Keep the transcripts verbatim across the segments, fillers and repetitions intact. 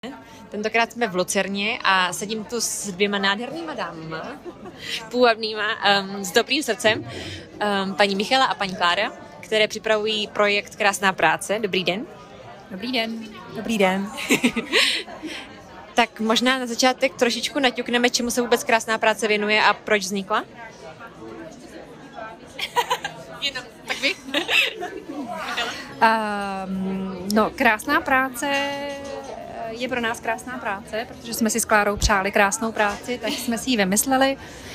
Tentokrát jsme v Lucerně a sedím tu s dvěma nádhernýma dámama, půvabnýma, um, s dobrým srdcem, um, paní Michala a paní Klára, které připravují projekt Krásná práce. Dobrý den. Dobrý den. Dobrý den. Tak možná na začátek trošičku naťukneme, čemu se vůbec Krásná práce věnuje a proč vznikla? Jenom, tak vy? um, no, Krásná práce je pro nás krásná práce, protože jsme si s Klárou přáli krásnou práci, tak jsme si ji vymysleli.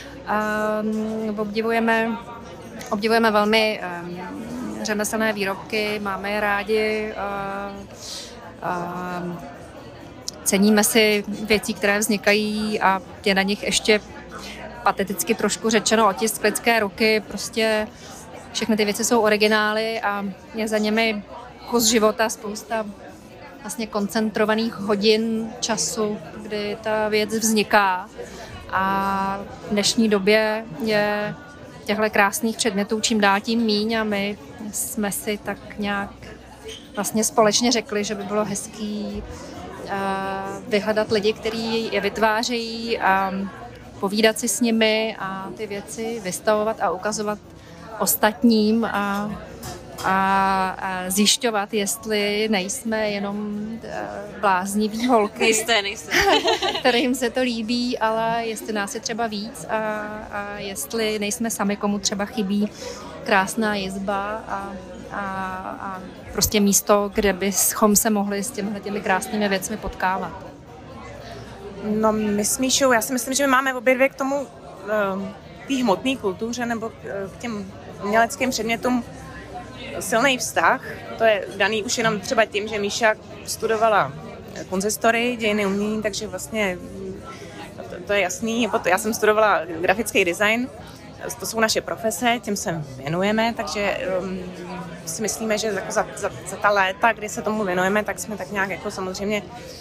Um, obdivujeme, obdivujeme velmi um, řemeslné výrobky, máme je rádi, uh, uh, ceníme si věcí, které vznikají a je na nich ještě pateticky trošku řečeno otisk lidské ruky, prostě všechny ty věci jsou originály a je za nimi kus života, spousta vlastně koncentrovaných hodin času, kdy ta věc vzniká. A v dnešní době je těchto krásných předmětů čím dál tím míň a my jsme si tak nějak vlastně společně řekli, že by bylo hezký uh, vyhledat lidi, kteří je vytvářejí a povídat si s nimi a ty věci vystavovat a ukazovat ostatním a A, a zjišťovat, jestli nejsme jenom bláznivý holky, Nejste, nejste. kterým se to líbí, ale jestli nás je třeba víc a, a jestli nejsme sami, komu třeba chybí krásná jizba a, a, a prostě místo, kde bychom se mohli s těmi, těmi krásnými věcmi potkávat. No my s Míšou, já si myslím, že my máme obě dvě k tomu k té hmotné kultuře nebo k těm uměleckým předmětům silný vztah. To je daný už jenom třeba tím, že Míša studovala konzistorii, dějiny umění, takže vlastně to, to je jasný. Já jsem studovala grafický design, to jsou naše profese, tím se věnujeme, takže um, si myslíme, že jako za, za, za ta léta, kdy se tomu věnujeme, tak jsme tak nějak jako samozřejmě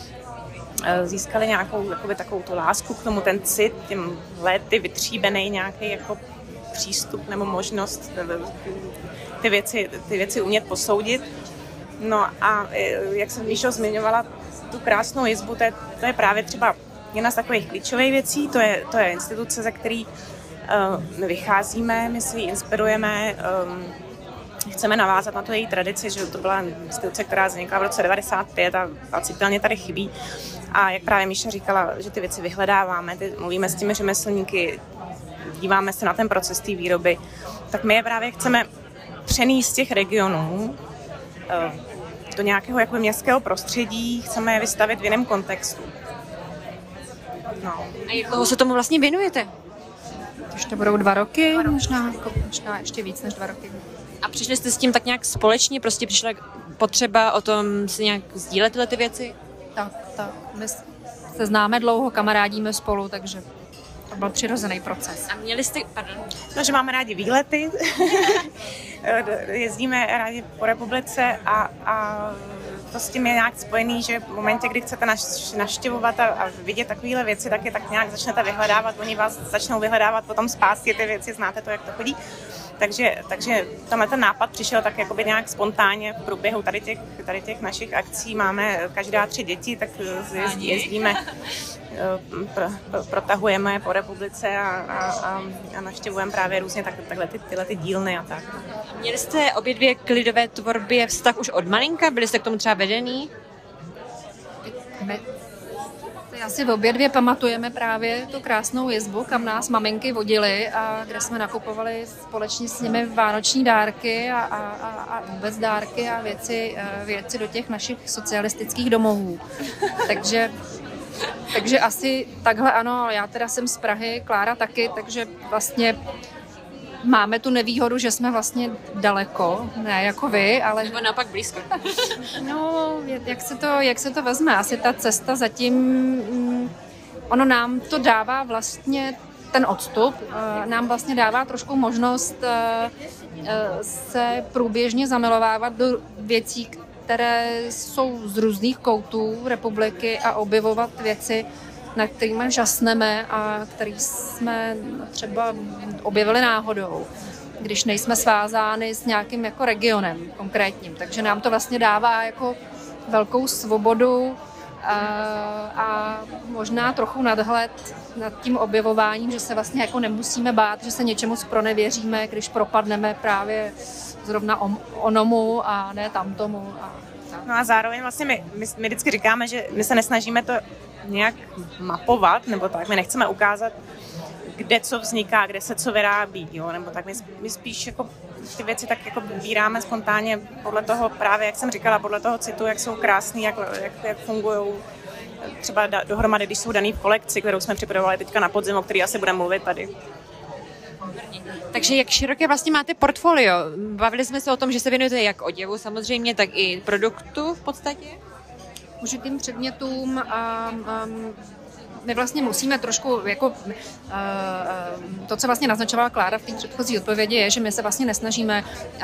získali nějakou jakoby, takovou tu lásku k tomu, ten cit, tím léty vytříbený nějaký jako přístup nebo možnost ty věci, ty věci umět posoudit. No a jak jsem Míšo zmiňovala, tu krásnou jizbu, to je, to je právě třeba jedna z takových klíčových věcí, to je, to je instituce, ze který uh, vycházíme, my si ji inspirujeme, um, chceme navázat na tu její tradici, že to byla instituce, která vznikla v roce devadesát pět a, a citelně tady chybí. A jak právě Míša říkala, že ty věci vyhledáváme, ty, mluvíme s těmi řemeslníky, díváme se na ten proces té výroby, tak my je právě chceme přenést z těch regionů do nějakého jako městského prostředí, chceme je vystavit v jiném kontextu. No. A jak dlouho se tomu vlastně věnujete? Už to budou dva roky, možná, jako, možná ještě víc než dva roky. A přišli jste s tím tak nějak společně? Prostě přišla potřeba o tom si nějak sdílet tyhle ty věci? Tak, tak. My se známe dlouho, kamarádíme spolu, takže to byl přirozený proces. A měli jste, pardon. No, že máme rádi výlety, jezdíme rádi po republice a, a to s tím je nějak spojený, že v momentě, kdy chcete navštěvovat a, a vidět takovéhle věci, tak je tak nějak začnete vyhledávat, oni vás začnou vyhledávat potom zpátky ty věci, znáte to, jak to chodí. Takže, takže tenhle ten nápad přišel tak jakoby nějak spontánně v průběhu tady těch, tady těch našich akcí. Máme každá tři děti, tak jezdí, jezdíme, pro, pro, protahujeme po republice a, a, a navštěvujeme právě různě tak, takhle ty, tyhle ty dílny a tak. Měli jste obě dvě k lidové tvorbě vztah už od malinka? Byli jste k tomu třeba vedený? My asi obě dvě pamatujeme právě tu krásnou jizbu, kam nás maminky vodily a kde jsme nakupovali společně s nimi vánoční dárky a, a, a vůbec dárky a věci, věci do těch našich socialistických domovů. Takže, takže asi takhle ano, já teda jsem z Prahy, Klára taky, takže vlastně máme tu nevýhodu, že jsme vlastně daleko, ne jako vy, ale... Nebo naopak blízko. No, jak se to, jak se to vezme? Asi ta cesta zatím, ono nám to dává vlastně, ten odstup, nám vlastně dává trošku možnost se průběžně zamilovávat do věcí, které jsou z různých koutů republiky a objevovat věci, na kterými žasneme a který jsme třeba objevili náhodou, když nejsme svázány s nějakým jako regionem konkrétním. Takže nám to vlastně dává jako velkou svobodu a možná trochu nadhled nad tím objevováním, že se vlastně jako nemusíme bát, že se něčemu zpronevěříme, když propadneme právě zrovna onomu a ne tamtomu. A, no a zároveň vlastně my, my, my vždycky říkáme, že my se nesnažíme to nějak mapovat, nebo tak, my nechceme ukázat, kde co vzniká, kde se co vyrábí, jo, nebo tak my, my spíš jako ty věci tak jako vybíráme spontánně podle toho právě, jak jsem říkala, podle toho citu, jak jsou krásný, jak, jak, jak fungují třeba dohromady, když jsou daný v kolekci, kterou jsme připravovali teďka na podzim, o který asi budeme mluvit tady. Takže jak široké vlastně máte portfolio? Bavili jsme se o tom, že se věnujete jak oděvu samozřejmě, tak i produktu v podstatě? Užitým předmětům a um, my vlastně musíme trošku, jako uh, to, co vlastně naznačovala Klára v té předchozí odpovědi, je, že my se vlastně nesnažíme uh,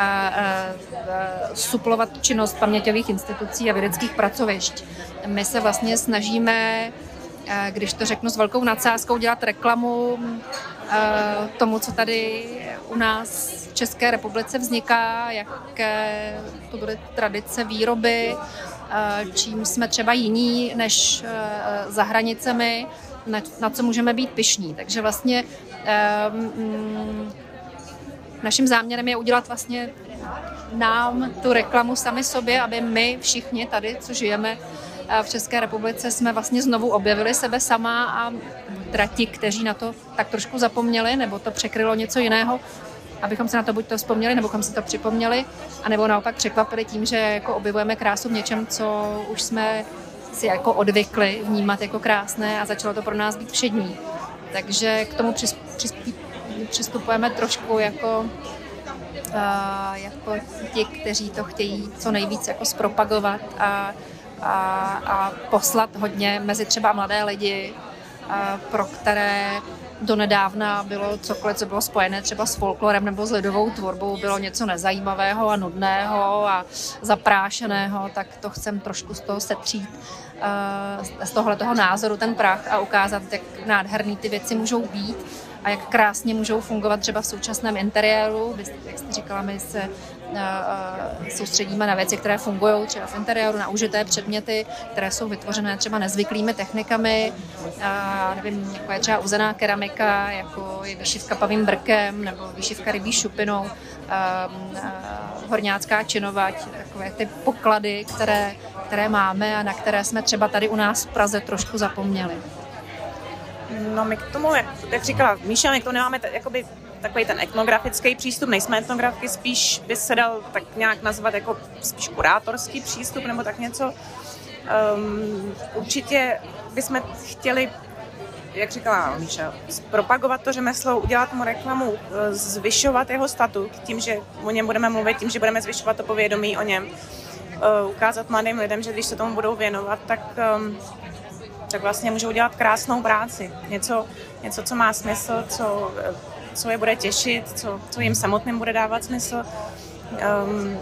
uh, suplovat činnost paměťových institucí a vědeckých pracovišť. My se vlastně snažíme, uh, když to řeknu s velkou nadsázkou, dělat reklamu uh, tomu, co tady u nás v České republice vzniká, jaké to bude tradice výroby, čím jsme třeba jiní než za hranicemi, na, na co můžeme být pyšní. Takže vlastně um, naším záměrem je udělat vlastně nám tu reklamu sami sobě, aby my všichni tady, co žijeme v České republice, jsme vlastně znovu objevili sebe sama a trati, kteří na to tak trošku zapomněli, nebo to překrylo něco jiného, abychom se na to buď to vzpomněli, nebo bychom si to připomněli, anebo naopak překvapili tím, že jako objevujeme krásu v něčem, co už jsme si jako odvykli vnímat jako krásné a začalo to pro nás být všední. Takže k tomu přistupujeme trošku jako, uh, jako ti, kteří to chtějí co nejvíc jako zpropagovat a, a, a poslat hodně mezi třeba mladé lidi, uh, pro které donedávna bylo cokoliv, co bylo spojené třeba s folklorem nebo s lidovou tvorbou, bylo něco nezajímavého a nudného a zaprášeného, tak to chcem trošku z toho setřít, z tohoto názoru ten prach a ukázat, jak nádherný ty věci můžou být a jak krásně můžou fungovat třeba v současném interiéru. Jak jste říkala, my se soustředíme na věci, které fungují třeba v interiéru, na užité předměty, které jsou vytvořené třeba nezvyklými technikami, a nevím, jako je třeba uzená keramika, jako je výšivka pavým brkem nebo výšivka rybí šupinou, a, a, horňácká činovať, takové ty poklady, které, které máme a na které jsme třeba tady u nás v Praze trošku zapomněli. No my k tomu, jak, jak říkala Míša, my k tomu nemáme t- jakoby takový ten etnografický přístup, nejsme etnografky, spíš by se dal tak nějak nazvat jako spíš kurátorský přístup nebo tak něco. Um, určitě bychom chtěli, jak říkala Míša, propagovat to řemeslo, udělat mu reklamu, zvyšovat jeho statut tím, že o něm budeme mluvit, tím, že budeme zvyšovat to povědomí o něm, uh, ukázat mladým lidem, že když se tomu budou věnovat, tak um, tak vlastně můžou dělat krásnou práci. Něco, něco co má smysl, co, co je bude těšit, co, co jim samotným bude dávat smysl. Um,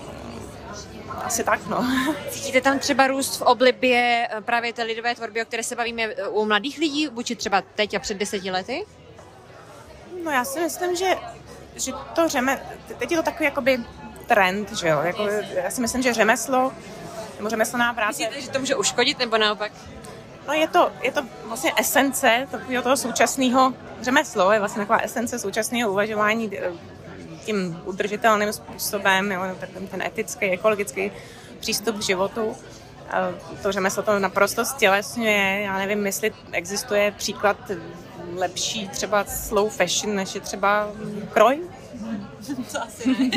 asi tak, no. Cítíte tam třeba růst v oblibě právě té lidové tvorby, o které se bavíme u mladých lidí, vůči třeba teď a před deseti lety? No já si myslím, že, že to řeme... Teď je to takový jakoby trend, že jo? Jako, já si myslím, že řemeslo nebo řemeslná práce... Myslíte, že to může uškodit nebo naopak? No je to, je to vlastně esence takového toho současného řemeslo, je vlastně taková esence současného uvažování tím udržitelným způsobem, jo, ten, ten etický, ekologický přístup k životu. To řemeslo to naprosto stělesňuje. Já nevím, jestli existuje příklad lepší třeba slow fashion, než je třeba kroj. To asi ne.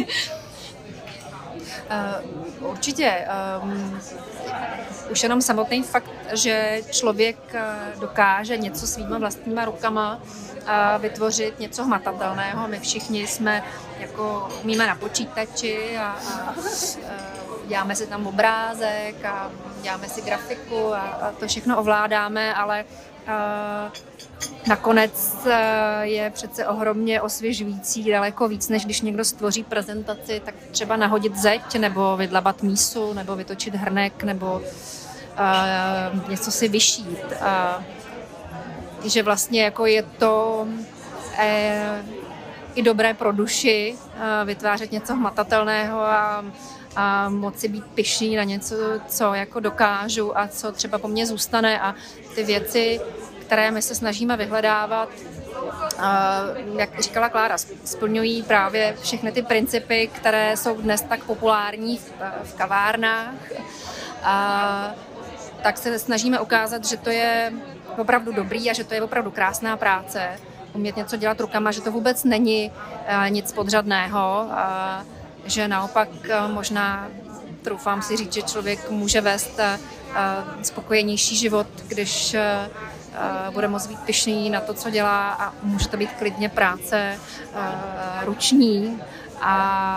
Uh, určitě. Um, už jenom samotný fakt, že člověk dokáže něco svýma vlastníma rukama a vytvořit něco hmatatelného. My všichni jsme jako umíme na počítači a, a, a děláme si tam obrázek a děláme si grafiku a, a to všechno ovládáme, ale a, nakonec je přece ohromně osvěžující, daleko víc, než když někdo stvoří prezentaci, tak třeba nahodit zeď, nebo vydlabat mísu, nebo vytočit hrnek, nebo uh, něco si vyšít. Uh, že vlastně jako je to, uh, i dobré pro duši, vytvářet něco hmatatelného a, a moci být pyšný na něco, co jako dokážu a co třeba po mně zůstane a ty věci, které my se snažíme vyhledávat, jak říkala Klára, splňují právě všechny ty principy, které jsou dnes tak populární v, v kavárnách. A tak se snažíme ukázat, že to je opravdu dobrý a že to je opravdu krásná práce. Umět něco dělat rukama, že to vůbec není nic podřadného, a že naopak možná troufám si říct, že člověk může vést spokojenější život, když bude moct být pyšný na to, co dělá a může to být klidně práce ruční a,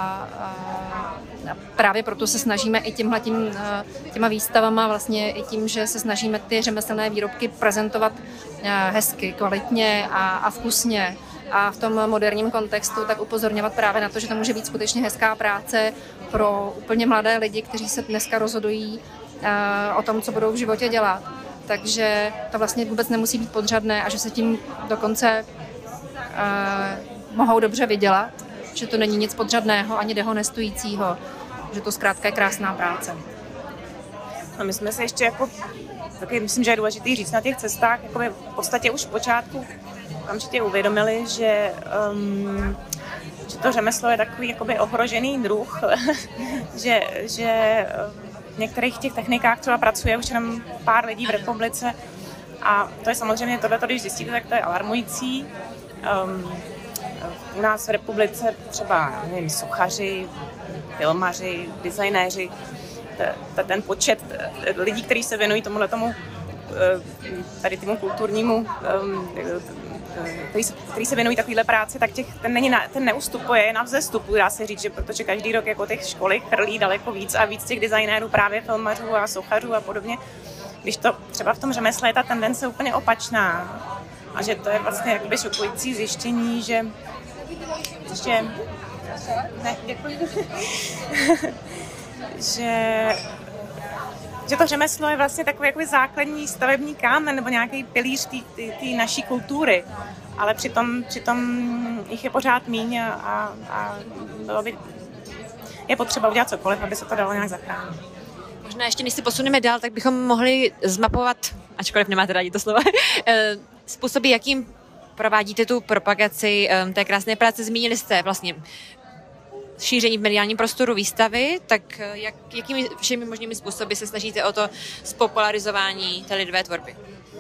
a právě proto se snažíme i tímhletím, těma výstavama vlastně i tím, že se snažíme ty řemeslné výrobky prezentovat hezky, kvalitně a, a vkusně a v tom moderním kontextu tak upozorňovat právě na to, že to může být skutečně hezká práce pro úplně mladé lidi, kteří se dneska rozhodují o tom, co budou v životě dělat. Takže to vlastně vůbec nemusí být podřadné a že se tím dokonce uh, mohou dobře vydělat, že to není nic podřadného ani dehonestujícího, že to zkrátka je krásná práce. A my jsme se ještě jako, taky myslím, že je důležitý říct na těch cestách, jako v podstatě už v počátku určitě uvědomili, že, um, že to řemeslo je takový jakoby ohrožený druh, že, že v některých těch technikách třeba pracuje už jenom pár lidí v republice a to je samozřejmě tohleto, když zjistíte, tak to je alarmující. Um, u nás v republice třeba, nevím, sochaři, filmaři, designéři, t- ten počet lidí, kteří se věnují tomuhle tomu, tady tomu kulturnímu, který se, který se věnují takovéhle práci, tak těch, ten, není na, ten neustupuje, je na vzestupu, dá se říct, že protože každý rok jako těch školy chrlí daleko víc a víc těch designérů, právě filmařů a sochařů a podobně. Když to třeba v tom řemesle je ta tendence úplně opačná a že to je vlastně jakoby šokující zjištění, že že ne, děkuji. že že to řemeslo je vlastně takový jakoby základní stavební kámen nebo nějaký pilíř té naší kultury, ale přitom, přitom jich je pořád míň a, a bylo by, je potřeba udělat cokoliv, aby se to dalo nějak zachránit. Možná ještě, než si posuneme dál, tak bychom mohli zmapovat, ačkoliv nemáte rádi to slovo, způsoby, jakým provádíte tu propagaci té krásné práce. Zmínili jste vlastně šíření v mediálním prostoru výstavy, tak jak, jakými všemi možnými způsoby se snažíte o to spopularizování té lidové tvorby?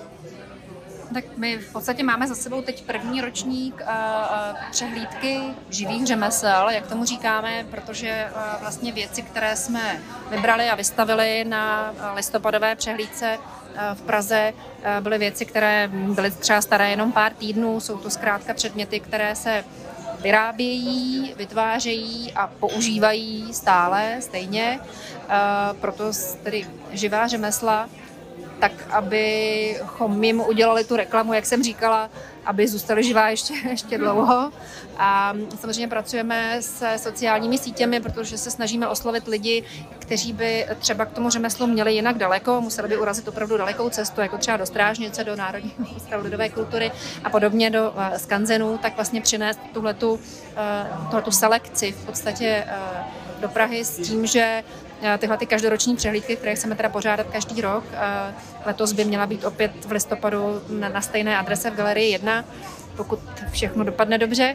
Tak my v podstatě máme za sebou teď první ročník uh, přehlídky živých řemesel, jak tomu říkáme, protože uh, vlastně věci, které jsme vybrali a vystavili na listopadové přehlídce uh, v Praze, uh, byly věci, které byly třeba staré jenom pár týdnů, jsou to zkrátka předměty, které se vyrábějí, vytvářejí a používají stále stejně. Uh, proto tedy živá řemesla, tak abychom jim udělali tu reklamu, jak jsem říkala, aby zůstaly živá ještě, ještě dlouho. A samozřejmě pracujeme se sociálními sítěmi, protože se snažíme oslovit lidi, kteří by třeba k tomu řemeslu měli jinak daleko, museli by urazit opravdu dalekou cestu, jako třeba do Strážnice, do Národního ústavu lidové kultury a podobně do uh, skanzenů, tak vlastně přinést tuhletu, uh, tuhletu selekci v podstatě uh, do Prahy s tím, že tyhle ty každoroční přehlídky, které chceme teda pořádat každý rok. Letos by měla být opět v listopadu na, na stejné adrese v Galerii jedna, pokud všechno dopadne dobře.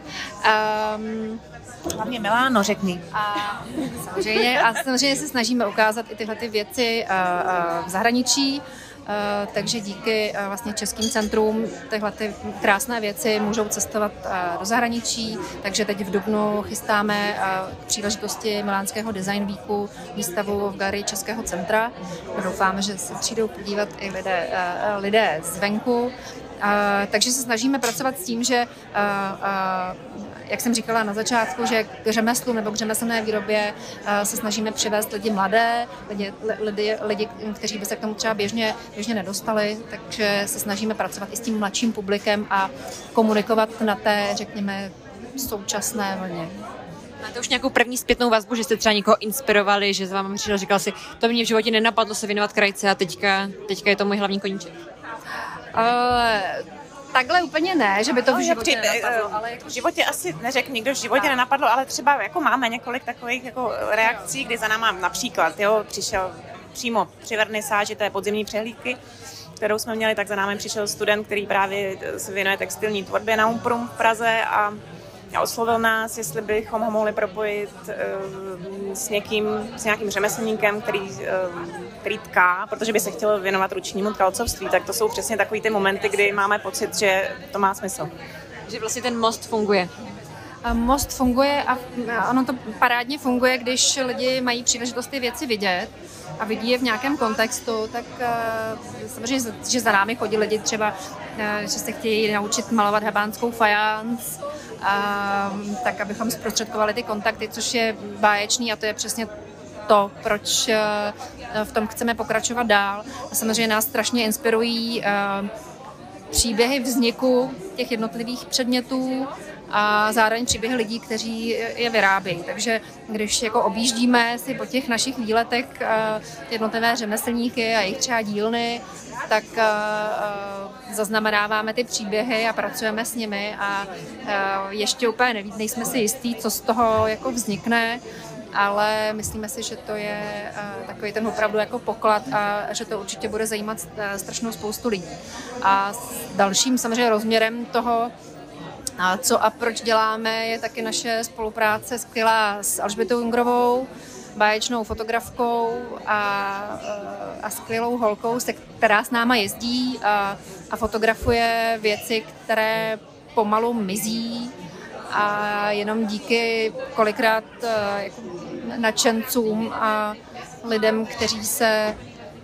Um, Hlavně Miláno, řekni. A samozřejmě, a samozřejmě se snažíme ukázat i tyhle ty věci v zahraničí. Uh, takže díky uh, vlastně českým centrům tyhle ty krásné věci můžou cestovat uh, do zahraničí, takže teď v dubnu chystáme uh, k příležitosti Milánského Design Weeku výstavu v Galerii Českého centra. Doufáme, že se přijdou podívat i lidé, uh, lidé zvenku. Uh, takže se snažíme pracovat s tím, že uh, uh, jak jsem říkala na začátku, že k řemeslu nebo k řemeslné výrobě se snažíme přivést lidi mladé, lidi, lidi, lidi, kteří by se k tomu třeba běžně, běžně nedostali, takže se snažíme pracovat i s tím mladším publikem a komunikovat na té, řekněme, současné vlně. Máte už nějakou první zpětnou vazbu, že jste třeba někoho inspirovali, že za váma přišel, říkal si, to mě v životě nenapadlo se věnovat krajce a teďka, teďka je to můj hlavní koníček? Uh, takhle úplně ne, že by to v No, životě při- nenapadlo, ale jako v životě asi neřekl nikdo, v životě nenapadlo, ale třeba jako máme několik takových jako reakcí, kdy za náma například, jo, přišel přímo při vernisáži té podzimní přehlídky, kterou jsme měli, tak za námi přišel student, který právě se věnuje textilní tvorbě na Umprum v Praze a a oslovil nás, jestli bychom ho mohli propojit uh, s někým, s nějakým řemeslníkem, který, uh, který tká, protože by se chtěl věnovat ručnímu tkalcovství. Tak to jsou přesně takový ty momenty, kdy máme pocit, že to má smysl. Že vlastně ten most funguje. Most funguje a ono to parádně funguje, když lidi mají příležitost ty věci vidět a vidí je v nějakém kontextu, tak uh, samozřejmě, že za námi chodí lidi třeba, uh, že se chtějí naučit malovat habánskou fajanc, uh, tak abychom zprostředkovali ty kontakty, což je báječný a to je přesně to, proč uh, v tom chceme pokračovat dál. A samozřejmě nás strašně inspirují uh, příběhy vzniku těch jednotlivých předmětů a zároveň příběhy lidí, kteří je vyrábějí. Takže když jako objíždíme si po těch našich výletech jednotlivé řemeslníky a jejich třeba dílny, tak zaznamenáváme ty příběhy a pracujeme s nimi a ještě úplně neví, nejsme si jistí, co z toho jako vznikne, ale myslíme si, že to je uh, takový ten opravdu jako poklad a že to určitě bude zajímat uh, strašnou spoustu lidí. A s dalším samozřejmě rozměrem toho, a co a proč děláme, je taky naše spolupráce skvělá s Alžbětou Jungrovou, báječnou fotografkou a, a skvělou holkou, se která s náma jezdí a, a fotografuje věci, které pomalu mizí a jenom díky kolikrát jako nadšencům a lidem, kteří se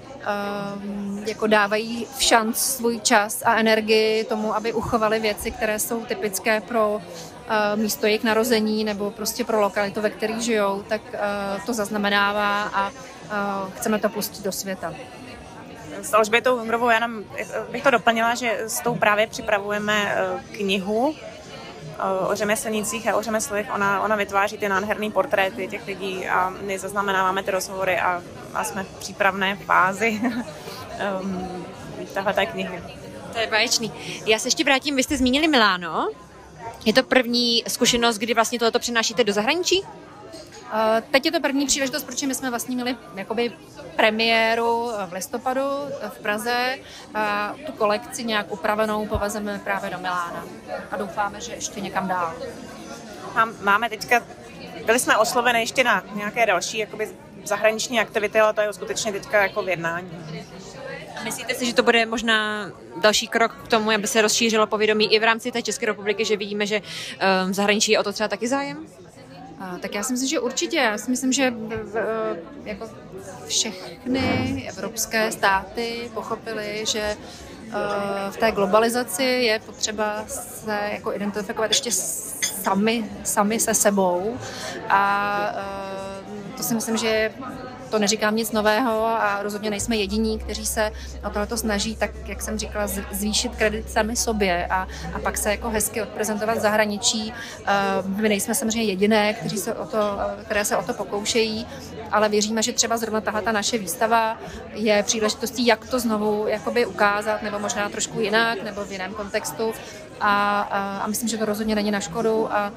um, jako dávají v šanc svůj čas a energii tomu, aby uchovali věci, které jsou typické pro uh, místo jejich narození nebo prostě pro lokalitu, ve kterých žijou, tak uh, to zaznamenává a uh, chceme to pustit do světa. S Alžbětou Jungrovou já nám, bych to doplnila, že s tou právě připravujeme knihu o řemeslnících a o řemeslech. Ona, ona vytváří ty nádherné portréty těch lidí a my zaznamenáváme ty rozhovory a, a jsme v přípravné fázi um, tahle knihy. To je báječný. Já se ještě vrátím, vy jste zmínili Miláno. Je to první zkušenost, kdy vlastně tohleto přinášíte do zahraničí? Uh, teď je to první příležitost, protože my jsme vlastně měli jakoby premiéru v listopadu v Praze. A tu kolekci nějak upravenou povezeme právě do Milána a doufáme, že ještě někam dál. Máme teďka, byli jsme osloveni ještě na nějaké další jakoby zahraniční aktivity, ale to je skutečně teďka jako v jednání. Myslíte si, že to bude možná další krok k tomu, aby se rozšířilo povědomí i v rámci té České republiky, že vidíme, že v zahraničí je o to třeba taky zájem? A, tak já si myslím, že určitě. Já si myslím, že v, jako všechny evropské státy pochopily, že v té globalizaci je potřeba se jako identifikovat ještě sami, sami se sebou. A to si myslím, že to neříkám nic nového a rozhodně nejsme jediní, kteří se o tohleto snaží, tak jak jsem říkala, zvýšit kredit sami sobě a, a pak se jako hezky odprezentovat v zahraničí. My nejsme samozřejmě jediné, kteří se o to, které se o to pokoušejí, ale věříme, že třeba zrovna tahle ta naše výstava je příležitostí, jak to znovu jakoby ukázat, nebo možná trošku jinak, nebo v jiném kontextu. A, a, a myslím, že to rozhodně není na škodu a, a,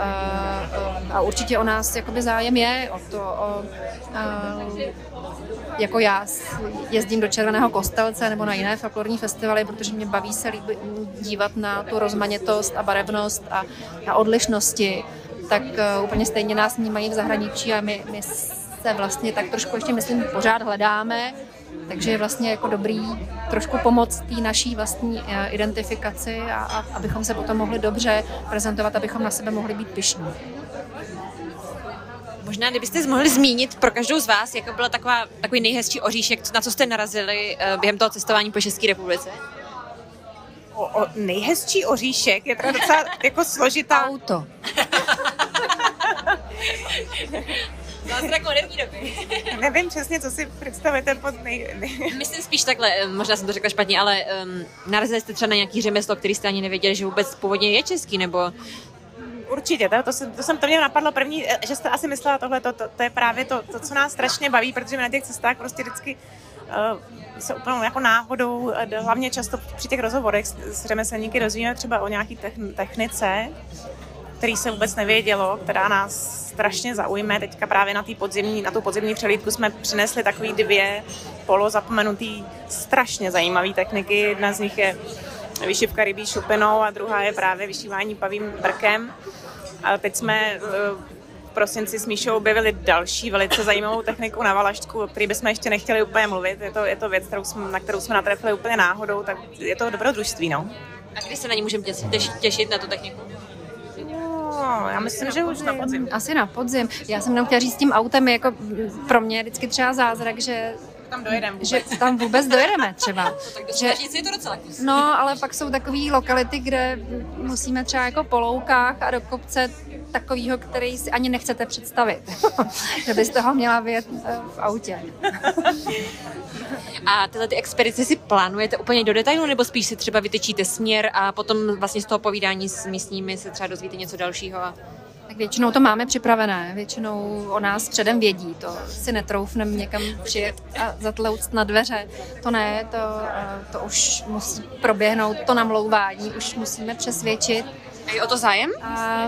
a určitě o nás jakoby zájem je o to, o, a, jako já jezdím do Červeného Kostelce nebo na jiné folklorní festivaly, protože mě baví se líbí, dívat na tu rozmanitost a barevnost a, a odlišnosti, tak uh, úplně stejně nás vnímají v zahraničí a my, my se vlastně tak trošku ještě myslím pořád hledáme, takže je vlastně jako dobrý trošku pomoct té naší vlastní identifikaci a, a abychom se potom mohli dobře prezentovat, abychom na sebe mohli být pyšní. Možná, kdybyste mohli zmínit pro každou z vás, jako byl taková, takový nejhezčí oříšek, na co jste narazili uh, během toho cestování po České republice? O, o, nejhezčí oříšek je teda docela jako složitá. Auto. Zase tak moderní doby. Nevím přesně, co si představujete pod nej... Myslím spíš takhle, možná jsem to řekla špatně, ale um, narazili jste třeba na nějaký řemeslo, který jste ani nevěděli, že vůbec původně je český, nebo... Určitě, to, to, jsem, to, jsem, to mě napadlo první, že jste asi myslela tohle, to, to, to je právě to, to, co nás strašně baví, protože my na těch cestách prostě vždycky se úplně jako náhodou, hlavně často při těch rozhovorech s řemeslníky dozvíme třeba o nějaký technice, který se vůbec nevědělo, která nás strašně zaujme. Teďka právě na, podzimní, na tu podzimní přelídku jsme přinesli takový dvě polozapomenutý strašně zajímavé techniky. Jedna z nich je vyšivka rybí šupinou a druhá je právě vyšívání pavým brkem. A teď jsme v prosinci s Míšou objevili další velice zajímavou techniku na valaštku, o které bychom ještě nechtěli úplně mluvit. Je to, je to věc, kterou jsme, na kterou jsme natrefili úplně náhodou, tak je to dobrodružství, no. A kdy se na ní můžeme těšit, těšit na tu techniku? No, já myslím, že už na podzim. Asi na podzim. Já jsem jenom chtěla říct s tím autem, jako pro mě je vždycky třeba zázrak, že tam dojedeme vůbec. Že tam vůbec dojedeme třeba. No, tak do Slunečnice je to docela kus. No, ale pak jsou takové lokality, kde musíme třeba jako po loukách a do kopce takovýho, který si ani nechcete představit. Že byste ho měla vyjet v autě. A tyhle ty expedice si plánujete úplně do detailu, nebo spíš si třeba vytyčíte směr a potom vlastně z toho povídání s místními se třeba dozvíte něco dalšího? A... Tak většinou to máme připravené, většinou o nás předem vědí, to si netroufneme někam přijet a zatlouct na dveře, to ne, to, to už musí proběhnout, to namlouvání, už musíme přesvědčit. A je o to zájem? A...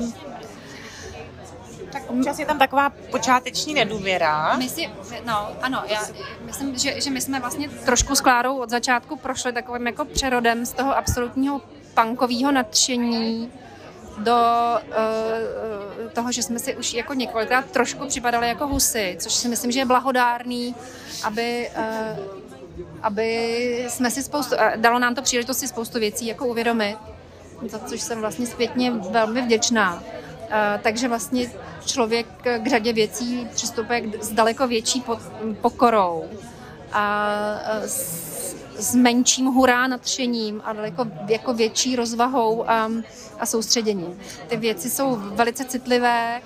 Tak občas je tam taková počáteční nedůvěra. My si, no, ano, já myslím, že, že my jsme vlastně trošku s Klárou od začátku prošli takovým jako přerodem z toho absolutního punkového nadšení do uh, toho, že jsme si už jako několikrát trošku připadali jako husy, což si myslím, že je blahodárný, aby, uh, aby jsme si spoustu, uh, dalo nám to příležitost si spoustu věcí jako uvědomit, za což jsem vlastně zpětně velmi vděčná. Uh, takže vlastně člověk k řadě věcí přistupuje s daleko větší pod, pokorou a uh, s, s menším hurá nadšením a daleko jako větší rozvahou a, a soustředěním. Ty věci jsou velice citlivé,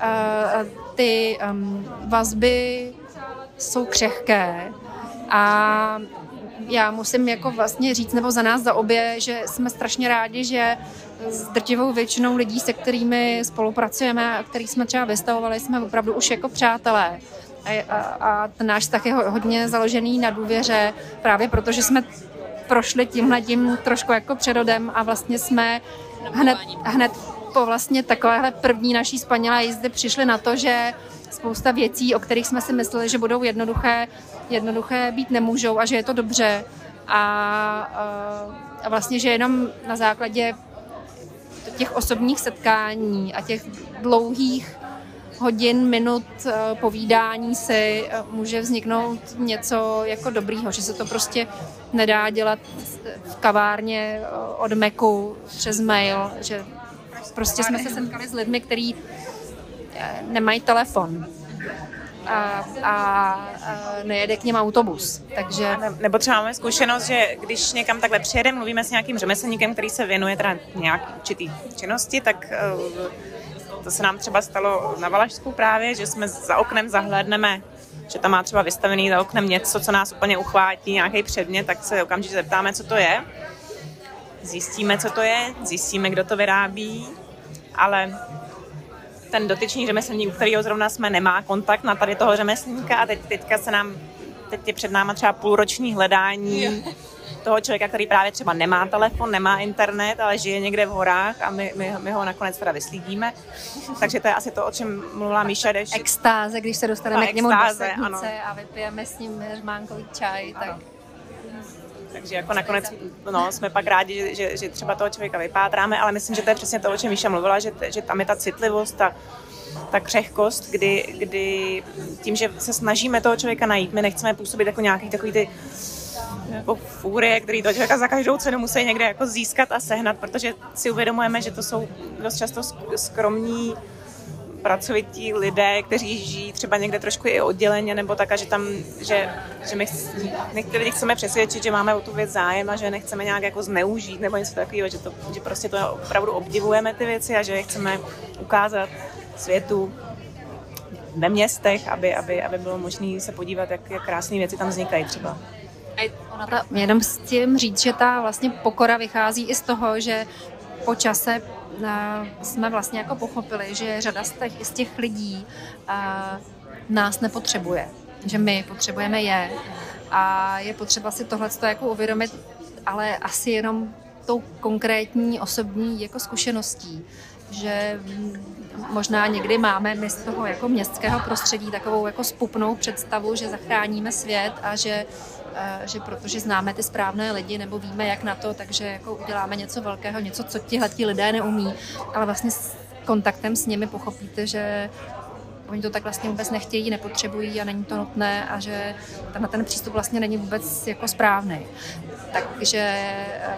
ty um, vazby jsou křehké a já musím jako vlastně říct, nebo za nás za obě, že jsme strašně rádi, že s drtivou většinou lidí, se kterými spolupracujeme a který jsme třeba vystavovali, jsme opravdu už jako přátelé. A, a, a ten náš vztah je hodně založený na důvěře, právě protože jsme prošli tímhletím trošku jako přerodem a vlastně jsme hned, hned po vlastně takovéhle první naší spanilé jízdy přišli na to, že spousta věcí, o kterých jsme si mysleli, že budou jednoduché, jednoduché být nemůžou a že je to dobře. A, a vlastně, že jenom na základě těch osobních setkání a těch dlouhých hodin, minut povídání si může vzniknout něco jako dobrýho, že se to prostě nedá dělat v kavárně od Macu přes mail, že prostě jsme se setkali s lidmi, kteří nemají telefon a, a, a nejede k něm autobus. Takže... Nebo třeba máme zkušenost, že když někam takhle přijedeme, mluvíme s nějakým řemeslníkem, který se věnuje teda nějaký určitý činnosti, tak to se nám třeba stalo na Valašsku právě, že jsme za oknem zahlédneme, že tam má třeba vystavený za oknem něco, co nás úplně uchvátí, nějaký předmět, tak se okamžitě zeptáme, co to je. Zjistíme, co to je, zjistíme, kdo to vyrábí, ale ten dotyčný řemeslník, u kterého zrovna jsme, nemá kontakt na tady toho řemeslníka a teď, teďka se nám, teď je před náma třeba půlroční hledání toho člověka, který právě třeba nemá telefon, nemá internet, ale žije někde v horách a my, my, my ho nakonec teda vyslídíme. Takže to je asi to, o čem mluvila Míša. Jdeš... Extáze, když se dostaneme Ta k němu extáze, do sednice ano. a vypijeme s ním heřmánkový čaj, tak... Ano. Takže jako nakonec no, jsme pak rádi, že, že třeba toho člověka vypátráme, ale myslím, že to je přesně to, o čem Míša mluvila, že, že tam je ta citlivost, ta, ta křehkost, kdy, kdy tím, že se snažíme toho člověka najít, my nechceme působit jako nějaký takový ty jako fúrie, který toho člověka za každou cenu musí někde jako získat a sehnat, protože si uvědomujeme, že to jsou dost často skromní, pracovití lidé, kteří žijí třeba někde trošku i odděleně, nebo tak, a že tam, že, že my, my ty lidi chceme přesvědčit, že máme o tu věc zájem a že nechceme nějak jako zneužít nebo něco takového, že, to, že prostě to opravdu obdivujeme ty věci a že je chceme ukázat světu ve městech, aby, aby, aby bylo možné se podívat, jak, jak krásné věci tam vznikají třeba. Ona ta, jenom s tím říct, že ta vlastně pokora vychází i z toho, že po čase jsme vlastně jako pochopili, že řada z těch, z těch lidí a, nás nepotřebuje, že my potřebujeme je A je potřeba si tohleto jako uvědomit, ale asi jenom tou konkrétní osobní jako zkušeností, že možná někdy máme my z toho jako městského prostředí takovou jako spupnou představu, že zachráníme svět a že, že protože známe ty správné lidi nebo víme, jak na to, takže jako uděláme něco velkého, něco, co tihleti lidé neumí, ale vlastně s kontaktem s nimi pochopíte, že oni to tak vlastně vůbec nechtějí, nepotřebují a není to nutné a že tenhle ten přístup vlastně není vůbec jako správný. Takže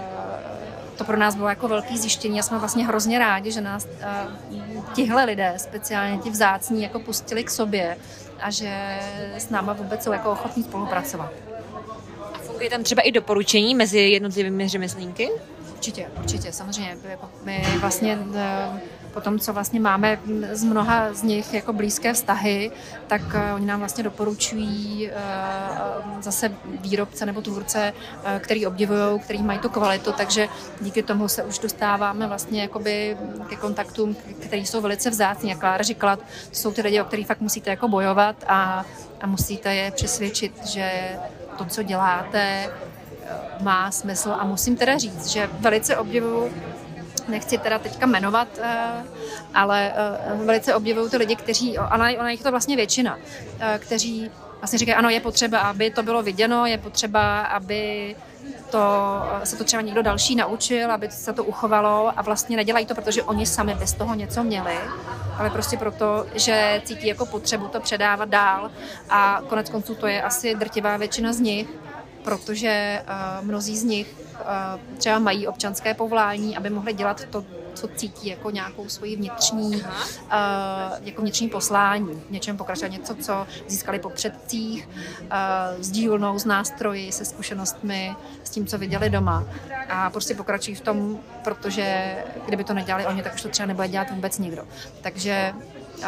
to pro nás bylo jako velký zjištění a jsme vlastně hrozně rádi, že nás tihle lidé, speciálně ti vzácní, jako pustili k sobě a že s náma vůbec jsou jako ochotní spolupracovat. A funguje tam třeba i doporučení mezi jednotlivými řemeslníky? Určitě, určitě, samozřejmě. My vlastně po tom, co vlastně máme z mnoha z nich jako blízké vztahy, tak oni nám vlastně doporučují zase výrobce nebo tvůrce, který obdivují, který mají tu kvalitu, takže díky tomu se už dostáváme vlastně jakoby ke kontaktům, který jsou velice vzácní. Jak Klára říkala, to jsou ty lidi, o kterých fakt musíte jako bojovat a, a musíte je přesvědčit, že to, co děláte, má smysl a musím teda říct, že velice obdivuju, nechci teda teďka jmenovat, ale velice obdivuju ty lidi, kteří, ona, ona jich to vlastně většina, kteří vlastně říkají, ano, je potřeba, aby to bylo viděno, je potřeba, aby to, se to třeba někdo další naučil, aby se to uchovalo a vlastně nedělají to, protože oni sami bez toho něco měli, ale prostě proto, že cítí jako potřebu to předávat dál a konec konců to je asi drtivá většina z nich, protože uh, mnozí z nich uh, třeba mají občanské povolání, aby mohli dělat to, co cítí jako nějakou svoji vnitřní, uh, jako vnitřní poslání, v něčem pokračovat, něco, co získali po předcích, uh, s dílnou, s nástroji, se zkušenostmi, s tím, co viděli doma. A prostě pokračují v tom, protože kdyby to nedělali oni, tak už to třeba nebude dělat vůbec nikdo. Takže Uh,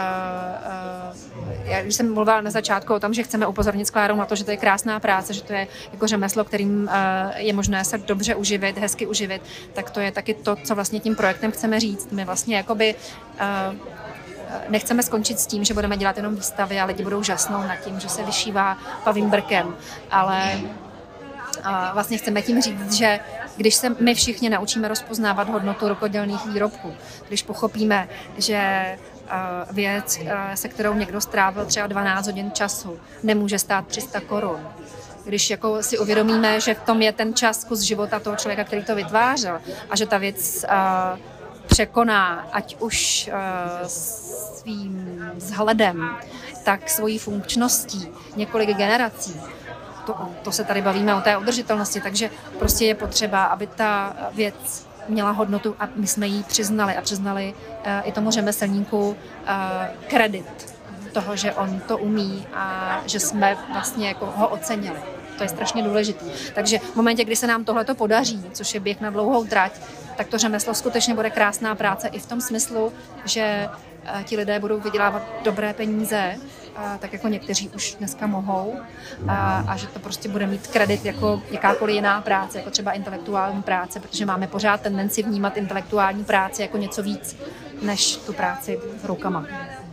uh, já když jsem mluvila na začátku o tom, že chceme upozornit s Klárou na to, že to je krásná práce, že to je jako řemeslo, kterým uh, je možné se dobře uživit, hezky uživit, tak to je taky to, co vlastně tím projektem chceme říct. My vlastně jakoby uh, nechceme skončit s tím, že budeme dělat jenom výstavy a lidi budou žasnout nad tím, že se vyšívá pavým brkem, ale uh, vlastně chceme tím říct, že když se my všichni naučíme rozpoznávat hodnotu rukodělných výrobků, když pochopíme, že věc, se kterou někdo strávil třeba dvanáct hodin času, nemůže stát tři sta korun. Když jako si uvědomíme, že v tom je ten čas, kus života toho člověka, který to vytvářel a že ta věc uh, překoná, ať už uh, svým vzhledem, tak svojí funkčností několik generací. To, to se tady bavíme o té udržitelnosti, takže prostě je potřeba, aby ta věc měla hodnotu a my jsme jí přiznali a přiznali uh, i tomu řemeslníku uh, kredit toho, že on to umí a že jsme vlastně jako ho ocenili. To je strašně důležité. Takže v momentě, kdy se nám tohleto podaří, což je běh na dlouhou trať, tak to řemeslo skutečně bude krásná práce i v tom smyslu, že uh, ti lidé budou vydělávat dobré peníze, uh, tak jako někteří už dneska mohou a, a že to prostě bude mít kredit jako jakákoliv jiná práce, jako třeba intelektuální práce, protože máme pořád tendenci vnímat intelektuální práci jako něco víc, než tu práci rukama.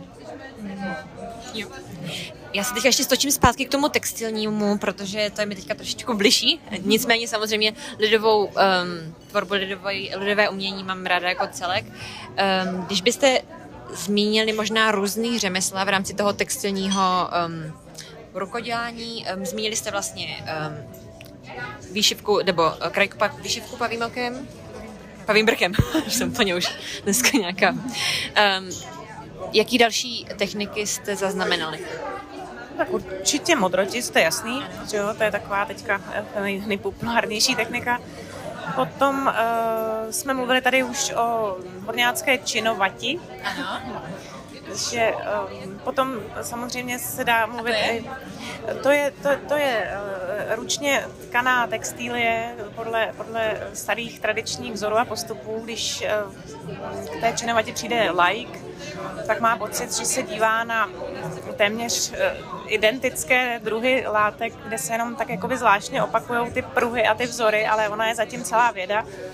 Jo. Já se teď ještě stočím zpátky k tomu textilnímu, protože to je mi teďka trošičku bližší. Nicméně samozřejmě lidovou um, tvorbu, lidové, lidové umění mám ráda jako celek. Um, když byste zmínili možná různý řemesla v rámci toho textilního um, rukodělání, um, zmínili jste vlastně um, výšivku, nebo krajku, výšivku pavým okem, pavým brkem, jsem úplně už dneska nějaká. Um, jaký další techniky jste zaznamenali? Tak určitě modrotisk, to je jasný, že jo, to je taková teďka nej, nejpopulárnější technika. Potom uh, jsme mluvili tady už o horňácké činovati. Ano. Že um, potom samozřejmě se dá mluvit, to je, to, to je uh, ručně tkaná textilie podle, podle starých tradičních vzorů a postupů. Když uh, k té činovati přijde laik, tak má pocit, že se dívá na téměř uh, identické druhy látek, kde se jenom tak jakoby zvláštně opakují ty pruhy a ty vzory, ale ona je zatím celá věda.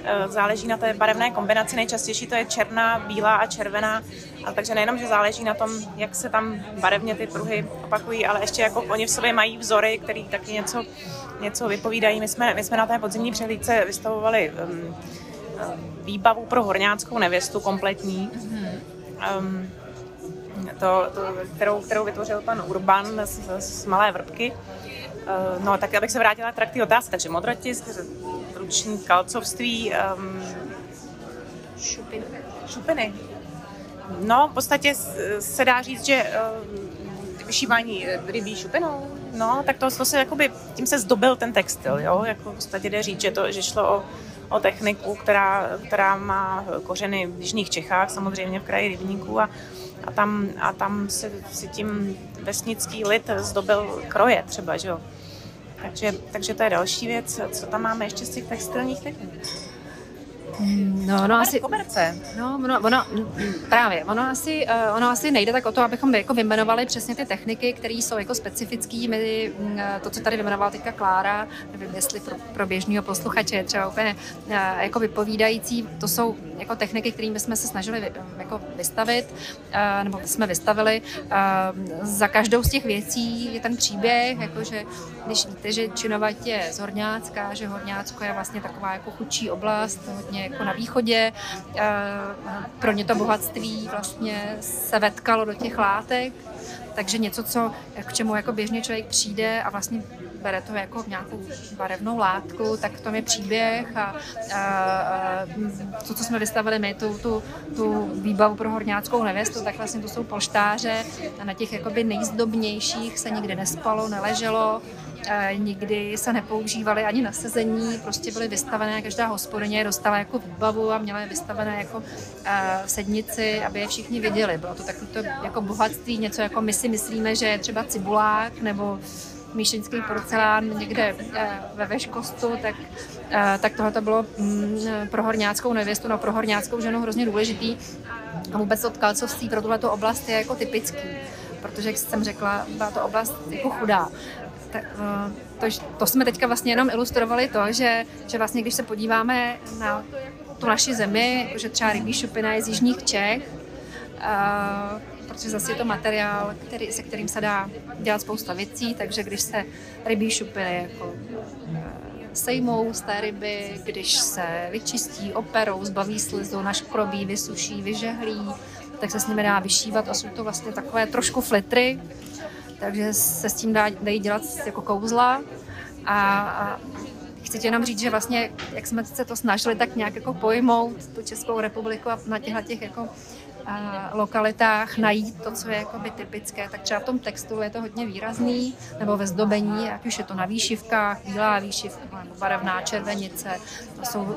záleží na té barevné kombinaci, nejčastější to je černá, bílá a červená, a takže nejenom, že záleží na tom, jak se tam barevně ty pruhy opakují, ale ještě jako oni v sobě mají vzory, který taky něco, něco vypovídají. My jsme, my jsme na té podzimní přehlídce vystavovali um, výbavu pro horňáckou nevěstu kompletní, um, to, to, kterou, kterou vytvořil pan Urban z, z Malé Vrbky. Uh, no tak abych se vrátila k té otázce, takže modrotisk, ruční kalcovství, um, Šupiny. šupiny. No, v podstatě se dá říct, že uh, vyšívání rybí šupinou, no, tak to, to se jakoby, tím se zdobil ten textil, jo, jako v podstatě jde říct, že, to, že šlo o, o techniku, která, která má kořeny v jižních Čechách, samozřejmě v kraji rybníků, a, a tam, a tam se si tím vesnický lid zdobil kroje třeba, že jo. Takže, takže to je další věc. Co tam máme ještě z těch textilních technik? No, no asi, koberce. No, ono, ono, právě, ono asi, ono asi nejde tak o to, abychom jako vyjmenovali přesně ty techniky, které jsou jako specifický. My, to, co tady vyjmenovala teďka Klára, nevím, jestli pro, pro běžného posluchače je třeba úplně jako vypovídající, to jsou jako techniky, kterými jsme se snažili jako vystavit, nebo jsme vystavili. Za každou z těch věcí je ten příběh, jakože když víte, že Činovaď je z Horňácka, že Horňácko je vlastně taková jako chudší oblast, hodně jako na východě. Pro ně to bohatství vlastně se vetkalo do těch látek, takže něco, co, k čemu jako běžně člověk přijde a vlastně bere to jako nějakou barevnou látku, tak to je příběh a, a, a to, co jsme vystavili my, tu, tu, tu výbavu pro horňáckou nevěstu, tak vlastně to jsou polštáře a na těch jakoby nejzdobnějších se nikdy nespalo, neleželo, nikdy se nepoužívaly ani na sezení, prostě byly vystavené, každá hospodyně je dostala jako výbavu a měla je vystavené jako v sednici, aby je všichni viděli. Bylo to takové jako bohatství, něco jako my si myslíme, že je třeba cibulák nebo míšeňský porcelán někde ve Veškostu, tak, tak tohle to bylo pro horňáckou nevěstu, no pro horňáckou ženu hrozně důležitý. A vůbec to tkalcovství pro tuhleto oblast je jako typický, protože, jak jsem řekla, byla to oblast jako chudá. Tak, to, to jsme teďka vlastně jenom ilustrovali to, že, že vlastně když se podíváme na tu naši zemi, že třeba rybí šupina je z jižních Čech, a, protože zase je to materiál, který, se kterým se dá dělat spousta věcí, takže když se rybí šupiny jako sejmou z té ryby, když se vyčistí, operou, zbaví slizu, naškrobí, vysuší, vyžehlí, tak se s nimi dá vyšívat a jsou to vlastně takové trošku flitry, takže se s tím dá, dají dělat jako kouzla a, a chci ti jenom říct, že vlastně, jak jsme se to snažili tak nějak jako pojmout tu Českou republiku a na těchto těch jako a, lokalitách najít to, co je jakoby typické, tak třeba v tom textu je to hodně výrazný, nebo ve zdobení, ať už je to na výšivkách, bílá výšivka, nebo barevná červenice, to jsou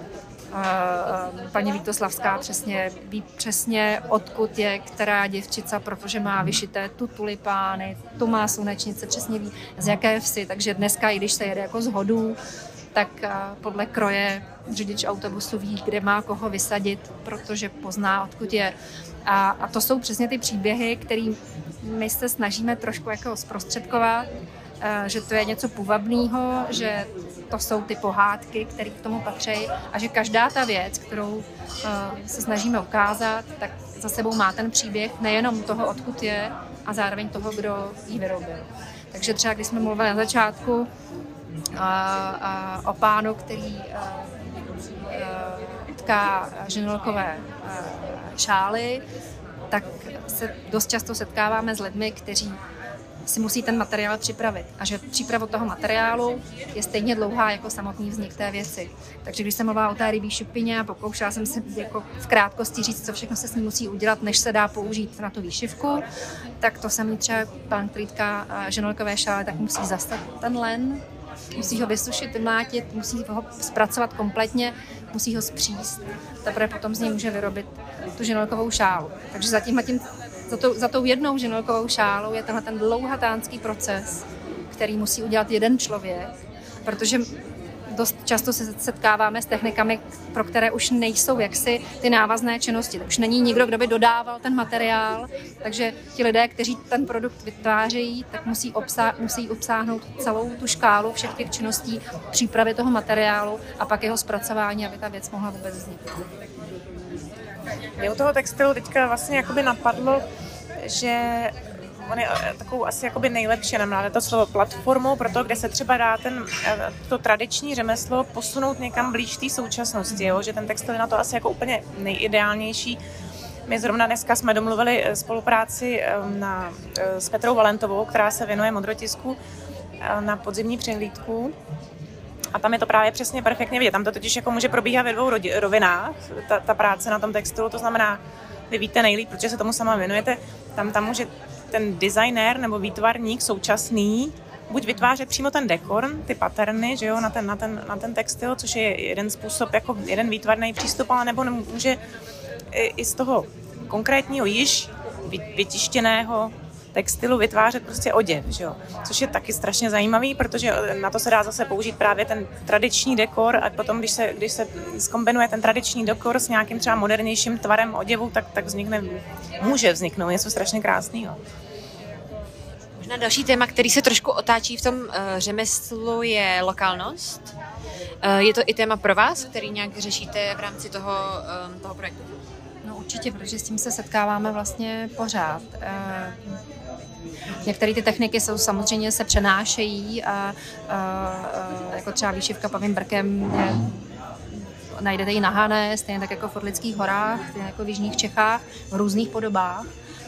paní Vítoslavská přesně ví přesně, odkud je která děvčica, protože má vyšité tu tulipány, tu má slunečnice, přesně ví, z jaké vsi, takže dneska, i když se jede jako z hodů, tak podle kroje řidič autobusu ví, kde má koho vysadit, protože pozná, odkud je. A, a to jsou přesně ty příběhy, které my se snažíme trošku jako zprostředkovat, že to je něco půvabného, že to jsou ty pohádky, které k tomu patří a že každá ta věc, kterou se snažíme ukázat, tak za sebou má ten příběh nejenom toho, odkud je, a zároveň toho, kdo ji vyrobil. Takže třeba, když jsme mluvili na začátku a, a o pánu, který a, a, tká ženolkové šály, tak se dost často setkáváme s lidmi, kteří si musí ten materiál připravit a že příprava toho materiálu je stejně dlouhá jako samotný vznik té věci. Takže když jsem mluvila o té rybí šupině a pokoušela jsem se jako v krátkosti říct, co všechno se s ní musí udělat, než se dá použít na tu výšivku, tak to samý třeba pán, který tká ženolkové šály, tak musí zastat ten len, musí ho vysušit, vymlátit, musí ho zpracovat kompletně, musí ho zpříst. Teprve potom z něj může vyrobit tu ženolkovou šálu. Takže zatím a tím Za, to, za tou jednou ženolkovou šálou je tenhle ten dlouhatánský proces, který musí udělat jeden člověk, protože dost často se setkáváme s technikami, pro které už nejsou jaksi ty návazné činnosti. Už není nikdo, kdo by dodával ten materiál, takže ti lidé, kteří ten produkt vytvářejí, tak musí, obsá- musí obsáhnout celou tu škálu všech těch činností přípravy toho materiálu a pak jeho zpracování, aby ta věc mohla vůbec vzniknout. Mě u toho textilu teďka vlastně jakoby napadlo, že on je takovou asi jakoby nejlepší, nemám to slovo, platformou pro to, kde se třeba dá ten, to tradiční řemeslo posunout někam blíž té současnosti, jo? Že ten textil je na to asi jako úplně nejideálnější. My zrovna dneska jsme domluvili spolupráci na, s Petrou Valentovou, která se věnuje modrotisku, na podzimní přehlídku. A tam je to právě přesně perfektně vidět. Tam to totiž jako může probíhat ve dvou rovinách, ta, ta práce na tom textilu, to znamená, vy víte nejlíp, protože se tomu sama věnujete, tam, tam může ten designér nebo výtvarník současný buď vytvářet přímo ten dekor, ty paterny, že jo, na ten, na ten, na ten textil, což je jeden způsob, jako jeden výtvarný přístup, ale nebo může i, i z toho konkrétního již vytištěného textilu vytvářet prostě oděv, že jo? Což je taky strašně zajímavý, protože na to se dá zase použít právě ten tradiční dekor a potom, když se, když se zkombinuje ten tradiční dekor s nějakým třeba modernějším tvarem oděvu, tak, tak vznikne, může vzniknout něco strašně krásného. Možná další téma, který se trošku otáčí v tom uh, řemeslu, je lokálnost. Uh, je to i téma pro vás, který nějak řešíte v rámci toho, um, toho projektu? No určitě, protože s tím se setkáváme vlastně pořád. Některé ty techniky jsou samozřejmě se přenášejí a, a, a jako třeba výšivka pavým brkem je, najdete ji na Hané, stejně tak jako v Orlických horách, stejně jako v jižních Čechách, v různých podobách.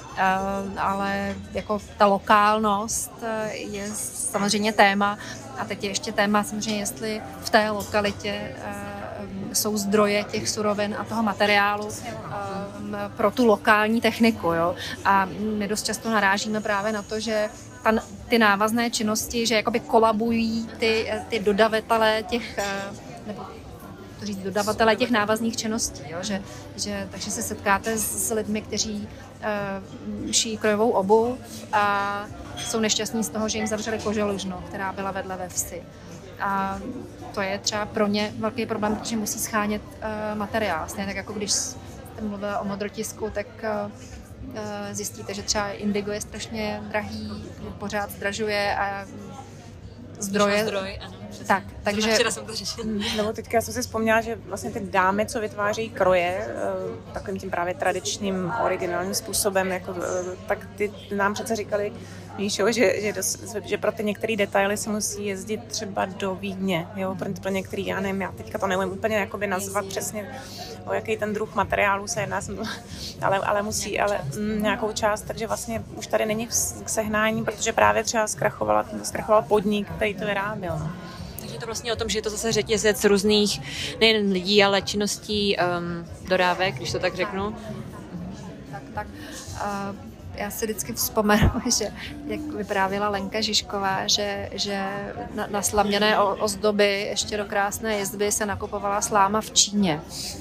Ale jako ta lokálnost je samozřejmě téma a teď je ještě téma samozřejmě, jestli v té lokalitě jsou zdroje těch surovin a toho materiálu um, pro tu lokální techniku. Jo? A my dost často narážíme právě na to, že ta, ty návazné činnosti, že jakoby kolabují ty, ty dodavatelé těch, nebo to říct, dodavatelé těch návazných činností. Jo? Že, že, takže se setkáte s, s lidmi, kteří uh, šijí krojovou obuv a jsou nešťastní z toho, že jim zavřeli koželužnu, která byla vedle ve vsi. A to je třeba pro ně velký problém, protože musí schánět uh, materiál. Stejně tak jako když jste mluvila o modrotisku, tak uh, zjistíte, že třeba indigo je strašně drahý, pořád zdražuje a zdroje. Zdroj, ano, tak, takže... Včera jsem to řešila. Nebo teďka jsem si vzpomněla, že vlastně ty dámy, co vytvářejí kroje, takovým tím právě tradičním, originálním způsobem, jako, tak ty nám přece říkali, Míšo, že, že, dos, že pro ty některé detaily se musí jezdit třeba do Vídně, jo, pro, pro některý, já nevím, já teďka to nevím úplně jakoby nazvat přesně, o jaký ten druh materiálu se jedná, jsem to, ale, ale musí, ale m, nějakou část, takže vlastně už tady není k sehnání, protože právě třeba zkrachovala, zkrachoval podnik, který to vyráběl. No. Takže je to vlastně o tom, že je to zase řetězec různých nejen lidí, ale činností um, dodávek, když to tak řeknu. Tak, tak. Uh... Já si vždycky vzpomenu, že jak vyprávěla Lenka Žižková, že, že na, na slaměné ozdoby ještě do krásné jezdy se nakupovala sláma v Číně.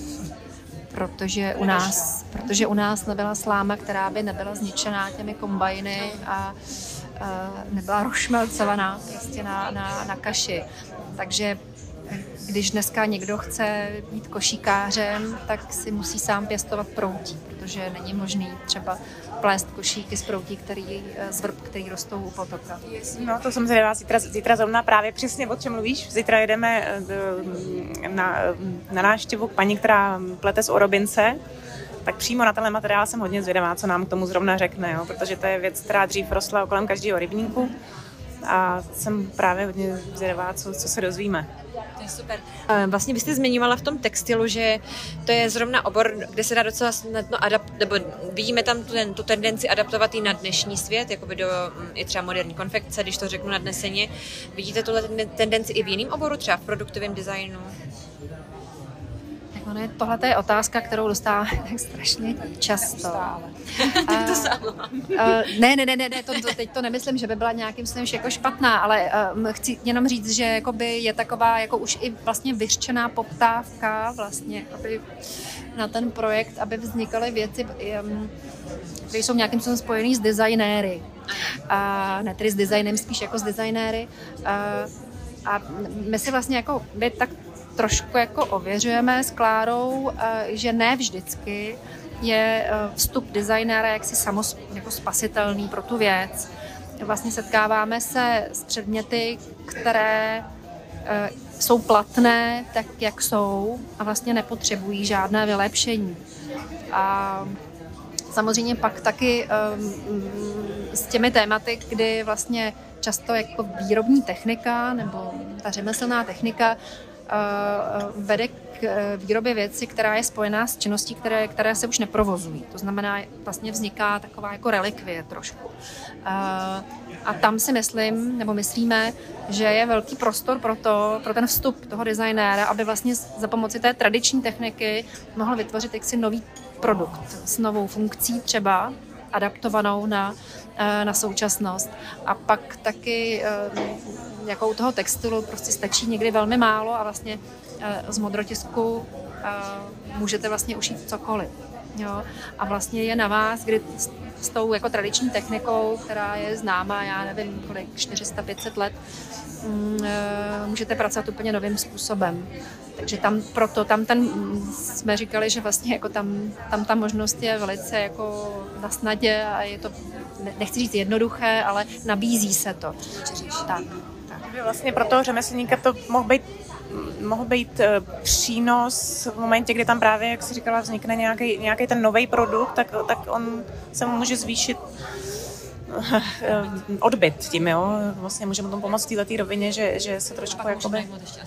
Protože u nás, protože u nás nebyla sláma, která by nebyla zničená těmi kombajny a, a nebyla rozšmelcovaná prostě na, na, na kaši. Takže když dneska někdo chce být košíkářem, tak si musí sám pěstovat proutí, protože není možný třeba plést košíky z proutí, který, z vrb, který rostou u potoka. No to jsem zvědavá, zítra, zítra zrovna právě přesně o čem mluvíš. Zítra jedeme na, na návštěvu k paní, která plete z orobince, tak přímo na tenhle materiál jsem hodně zvědavá, co nám k tomu zrovna řekne, jo? Protože to je věc, která dřív rostla kolem každého rybníku a jsem právě hodně zvědavá, co, co se dozvíme. To je super. Vlastně byste zmiňovala v tom textilu, že to je zrovna obor, kde se dá docela snadno adapt, nebo vidíme tam tu, tu tendenci adaptovat i na dnešní svět, jakoby do i třeba moderní konfekce, když to řeknu nadneseně. Vidíte tuhle tendenci i v jiném oboru, třeba v produktovém designu? Tohle je otázka, kterou dostáváme tak strašně často. Uh, to samo. Uh, ne, ne, ne, ne, to, to, teď to nemyslím, že by byla nějakým způsobem jako špatná, ale uh, chci jenom říct, že jakoby je taková jako už i vlastně vyřčená poptávka vlastně jakoby na ten projekt, aby vznikaly věci, um, které jsou nějakým způsobem spojený s designéry. Uh, ne tedy s designem, spíš jako s designéry. Uh, A my si vlastně jako my tak trošku jako ověřujeme s Klárou, že ne vždycky je vstup designéra jaksi samos, jako spasitelný pro tu věc. Vlastně setkáváme se s předměty, které jsou platné tak, jak jsou a vlastně nepotřebují žádné vylepšení. A samozřejmě pak taky um, s těmi tématy, kdy vlastně často jako výrobní technika nebo ta řemeslná technika uh, vede k výrobě věci, která je spojená s činností, které, které se už neprovozují. To znamená, vlastně vzniká taková jako relikvie trošku. Uh, a tam si myslím, nebo myslíme, že je velký prostor pro to, pro ten vstup toho designéra, aby vlastně za pomoci té tradiční techniky mohl vytvořit jaksi nový produkt s novou funkcí třeba, adaptovanou na, na současnost. A pak taky jako u toho textilu prostě stačí někdy velmi málo a vlastně z modrotisku můžete vlastně ušít cokoliv. Jo? A vlastně je na vás, kdy s tou jako tradiční technikou, která je známá, já nevím, kolik, čtyři sta pět set let, můžete pracovat úplně novým způsobem. Takže tam proto, tam ten, jsme říkali, že vlastně jako tam, tam ta možnost je velice jako na snadě a je to, nechci říct jednoduché, ale nabízí se to. Tak, tak. Vlastně pro toho řemeslníka to mohl být, mohl být přínos v momentě, kdy tam právě, jak jsi říkala, vznikne nějaký, nějaký ten nový produkt, tak, tak on se mu může zvýšit odbyt tím, jo. Vlastně může mu tomu pomoct v této rovině, že, že se trošku jakoby...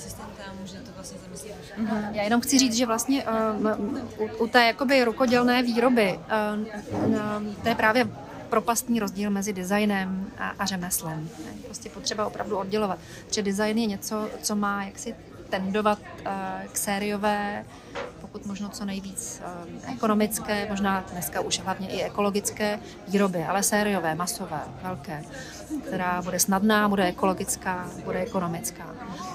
Mm-hmm. Já jenom chci říct, že vlastně um, u, u té jakoby rukodělné výroby um, um, to je právě propastný rozdíl mezi designem a, a řemeslem. Je prostě potřeba opravdu oddělovat. Protože design je něco, co má jaksi tendovat uh, k sériové, pokud možno co nejvíc uh, ekonomické, možná dneska už hlavně i ekologické výroby, ale sériové, masové, velké, která bude snadná, bude ekologická, bude ekonomická.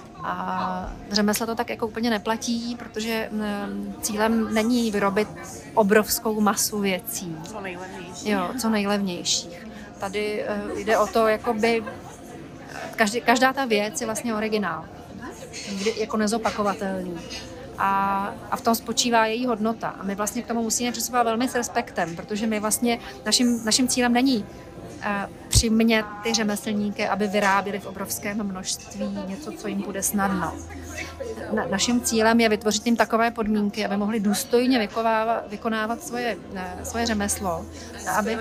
A řemesle to tak jako úplně neplatí, protože cílem není vyrobit obrovskou masu věcí. Co nejlevnější. Jo, co nejlevnějších. Tady jde o to, jakoby každý, každá ta věc je vlastně originál. Nikdy jako nezopakovatelný. A, a v tom spočívá její hodnota. A my vlastně k tomu musíme přistupovat velmi s respektem, protože my vlastně, naším, naším cílem není přimět ty řemeslníky, aby vyráběli v obrovském množství něco, co jim bude snadno. Na, naším cílem je vytvořit jim takové podmínky, aby mohli důstojně vykonávat, vykonávat svoje, ne, svoje řemeslo a, aby,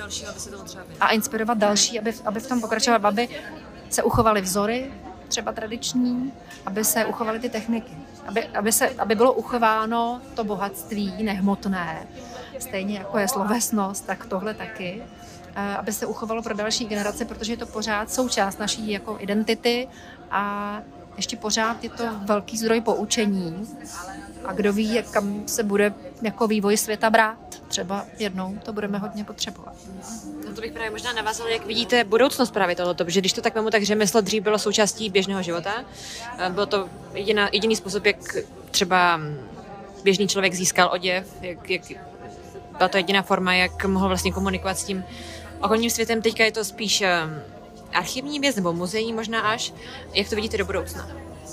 a inspirovat další, aby, aby v tom pokračovali, aby se uchovaly vzory, třeba tradiční, aby se uchovaly ty techniky, aby, aby, se, aby bylo uchováno to bohatství nehmotné, stejně jako je slovesnost, tak tohle taky, aby se uchovalo pro další generace, protože je to pořád součást naší jako identity a ještě pořád je to velký zdroj poučení a kdo ví, kam se bude jako vývoj světa brát. Třeba jednou to budeme hodně potřebovat. No to bych právě možná navázala, jak vidíte budoucnost právě tohoto, protože když to tak vemu, tak řemeslo dřív bylo součástí běžného života. Byl to jediná, jediný způsob, jak třeba běžný člověk získal oděv, jak, jak byla to jediná forma, jak mohl vlastně komunikovat s tím okolním světem. Teďka je to spíš archivní věc nebo muzejní možná až. Jak to vidíte do budoucna?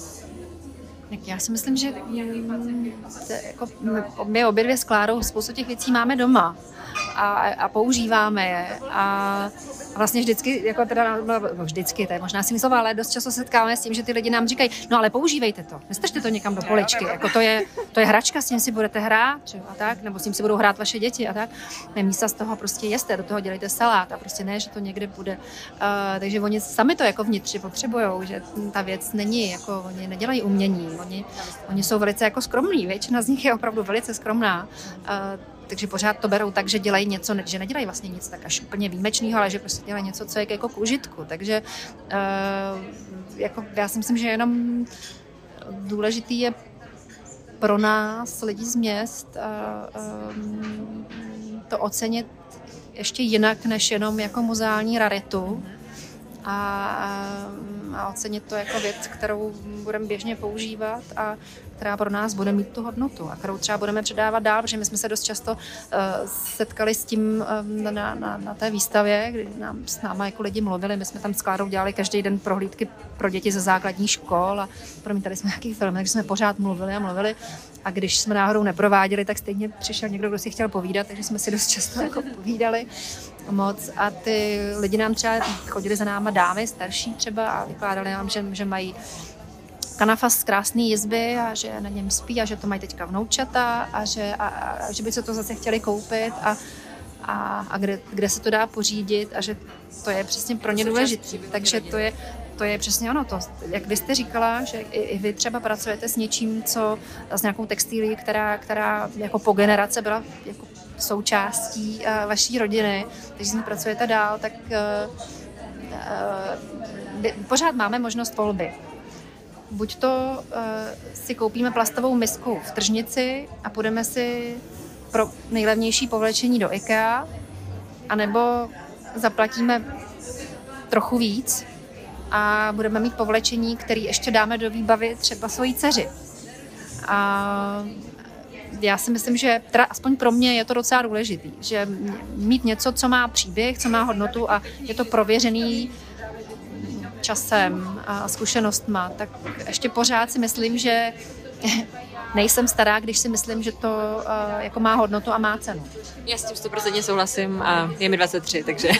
Tak já si myslím, že jako my obě dvě s Klárou spoustu těch věcí máme doma a, a používáme je a vlastně vždycky, jako teda, no vždycky, to je možná si myslela, ale dost často setkáváme s tím, že ty lidi nám říkají, no ale používejte to, nestržte to někam do poličky, jako to je, to je hračka, s tím si budete hrát, a tak, nebo s tím si budou hrát vaše děti a tak. Ne, místa z toho prostě jeste, do toho dělejte salát a prostě ne, že to někde bude. Uh, takže oni sami to jako vnitři potřebujou, že ta věc není, jako oni nedělají umění, oni, oni jsou velice jako skromní, většina z nich je opravdu velice skromná. Uh, takže pořád to berou tak, že dělají něco, že nedělají vlastně nic tak až úplně výjimečného, ale že prostě dělají něco, co je jako k užitku. Takže uh, jako já si myslím, že jenom důležitý je pro nás, lidi z měst, uh, um, to ocenit ještě jinak, než jenom jako muzeální raritu a, a ocenit to jako věc, kterou budeme běžně používat a která pro nás bude mít tu hodnotu a kterou třeba budeme předávat dál, protože my jsme se dost často uh, setkali s tím um, na, na, na té výstavě, kdy nám, s náma jako lidi mluvili, my jsme tam s Klárou dělali každý den prohlídky pro děti ze základních škol a promítali jsme nějaký film, takže jsme pořád mluvili a mluvili a když jsme náhodou neprováděli, tak stejně přišel někdo, kdo si chtěl povídat, takže jsme si dost často jako povídali moc a ty lidi nám třeba chodili za náma dámy starší třeba a vykládali nám, že, že mají kanafas z krásné jizby a že na něm spí a že to mají teďka vnoučata a že, a, a, že by se to zase chtěli koupit a, a, a kde, kde se to dá pořídit a že to je přesně pro ně důležité. Takže to je, to je přesně ono. To, jak vy jste říkala, že i, i vy třeba pracujete s něčím, co s nějakou textilí, která, která jako po generace byla jako součástí uh, vaší rodiny, takže s ní pracujete dál, tak uh, uh, pořád máme možnost volby. Buď to uh, si koupíme plastovou misku v tržnici a půjdeme si pro nejlevnější povlečení do IKEA, anebo zaplatíme trochu víc a budeme mít povlečení, který ještě dáme do výbavy třeba svojí dceři. A já si myslím, že teda aspoň pro mě je to docela důležitý, že mít něco, co má příběh, co má hodnotu a je to prověřený časem a zkušenostma, tak ještě pořád si myslím, že nejsem stará, když si myslím, že to uh, jako má hodnotu a má cenu. Já s tím sto procent souhlasím a je mi dvacet tři, takže...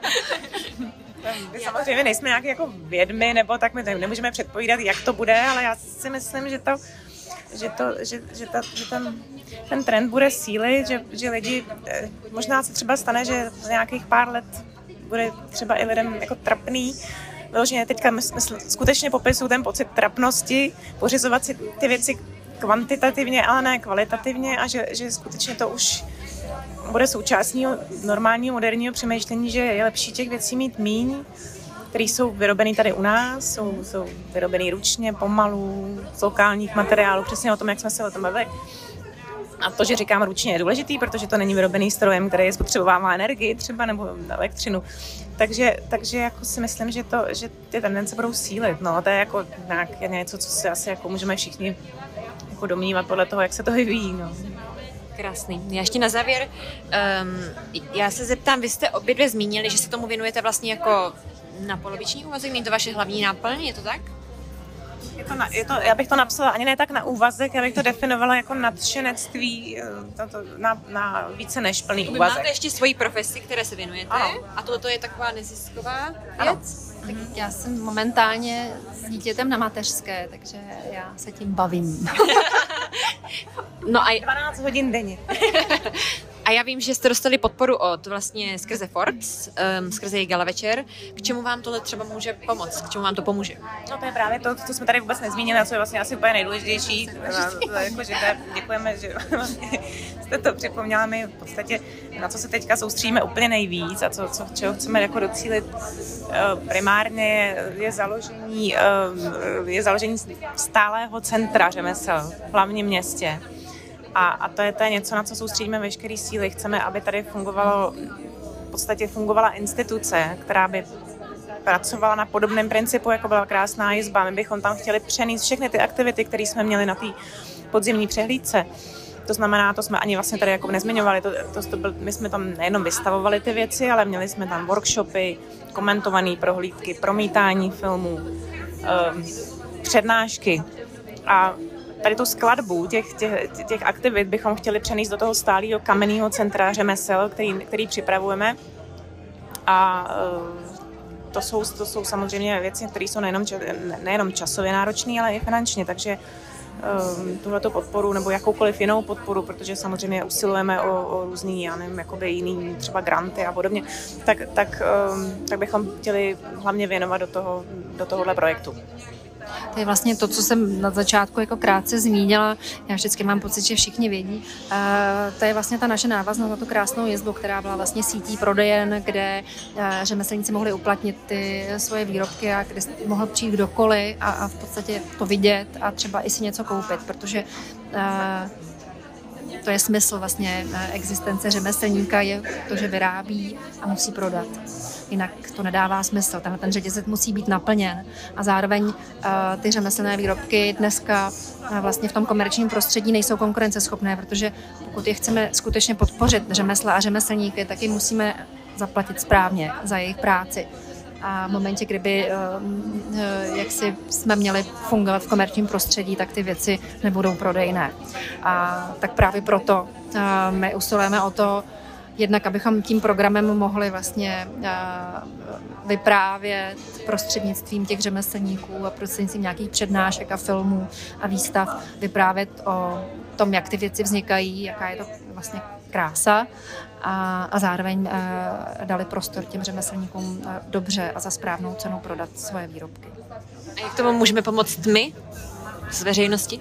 My samozřejmě nejsme nějaké jako vědmy, nebo tak my nemůžeme předpovídat, jak to bude, ale já si myslím, že to že, to, že, že, ta, že ten, ten trend bude sílit, že, že lidi, možná se třeba stane, že z nějakých pár let bude třeba i lidem jako trapný, vyloženě teďka mysl, skutečně popisuju ten pocit trapnosti, pořizovat si ty věci kvantitativně, ale ne kvalitativně a že, že skutečně to už bude součástí normálního moderního přemýšlení, že je lepší těch věcí mít míň, které jsou vyrobené tady u nás, jsou, jsou vyrobené ručně, pomalu, z lokálních materiálů, přesně o tom, jak jsme se o tom bavili. A to, že říkám ručně, je důležitý, protože to není vyrobený strojem, který je spotřebovává energii třeba nebo elektřinu. Takže, takže jako si myslím, že, to, že ty tendence budou sílit. No, to je jako nějak, něco, co si asi jako můžeme všichni jako domnívat podle toho, jak se to vyvíjí. No. Krásný. Já ještě na závěr, um, já se zeptám, vy jste obě dvě zmínili, že se tomu věnujete vlastně jako na poloviční úvazek, není to vaše hlavní náplň, je to tak? Je to na, je to, já bych to napsala ani ne tak na úvazek, já bych to definovala jako nadšenectví to, na, na více než plný Vy úvazek. máte ještě svoji profesi, které se věnujete, ano. A tohle je taková nezisková věc? Tak já jsem momentálně s dítětem na mateřské, takže já se tím bavím. No a dvanáct hodin denně. A já vím, že jste dostali podporu od vlastně skrze Forbes, um, skrze její gala večer. K čemu vám tohle třeba může pomoct? K čemu vám to pomůže? No to je právě to, co jsme tady vůbec nezmínili, a co je vlastně asi úplně nejdůležitější. Jako, že děkujeme, že vlastně jste to připomněla. My v podstatě, na co se teďka soustředíme úplně nejvíc a co, co, čeho chceme jako docílit primárně je založení, je založení stálého centra řemesel v hlavním městě. A, a to, je, to je něco, na co soustředíme veškeré síly. Chceme, aby tady fungovalo, v podstatě fungovala instituce, která by pracovala na podobném principu, jako byla Krásná jizba. My bychom tam chtěli přenést všechny ty aktivity, které jsme měli na té podzimní přehlídce. To znamená, to jsme ani vlastně tady jako nezmiňovali, to, to, to byl, my jsme tam nejenom vystavovali ty věci, ale měli jsme tam workshopy, komentované prohlídky, promítání filmů, um, přednášky. A tady tu skladbu těch, těch, těch aktivit bychom chtěli přenést do toho stálého kamenného centra řemesel, který, který připravujeme. A to jsou, to jsou samozřejmě věci, které jsou nejenom, nejenom časově náročné, ale i finančně. Takže um, tuhleto podporu nebo jakoukoliv jinou podporu, protože samozřejmě usilujeme o, o různý, já nevím, jakoby jiný třeba granty a podobně, tak, tak, um, tak bychom chtěli hlavně věnovat do toho, do tohohle projektu. To je vlastně to, co jsem na začátku jako krátce zmínila. Já vždycky mám pocit, že všichni vědí. To je vlastně ta naše návaznost na tu Krásnou jizbu, která byla vlastně sítí prodejen, kde řemeslníci mohli uplatnit ty svoje výrobky a kde mohl přijít kdokoliv a, a v podstatě to vidět a třeba i si něco koupit, protože to je smysl vlastně existence řemeslníka, je to, že vyrábí a musí prodat. jinak to nedává smysl. Tenhle ten řetězec musí být naplněn a zároveň uh, ty řemeslné výrobky dneska uh, vlastně v tom komerčním prostředí nejsou konkurenceschopné, protože pokud je chceme skutečně podpořit řemesla a řemeslníky, tak jim musíme zaplatit správně za jejich práci. A v momentě, kdyby jak si jsme měli fungovat v komerčním prostředí, tak ty věci nebudou prodejné. A tak právě proto my usilujeme o to, jednak abychom tím programem mohli vlastně vyprávět prostřednictvím těch řemeslníků a prostřednictvím nějakých přednášek a filmů a výstav, vyprávět o tom, jak ty věci vznikají, jaká je to vlastně krása a, a zároveň uh, dali prostor těm řemeslníkům uh, dobře a za správnou cenu prodat svoje výrobky. A jak tomu můžeme pomoct my z veřejnosti?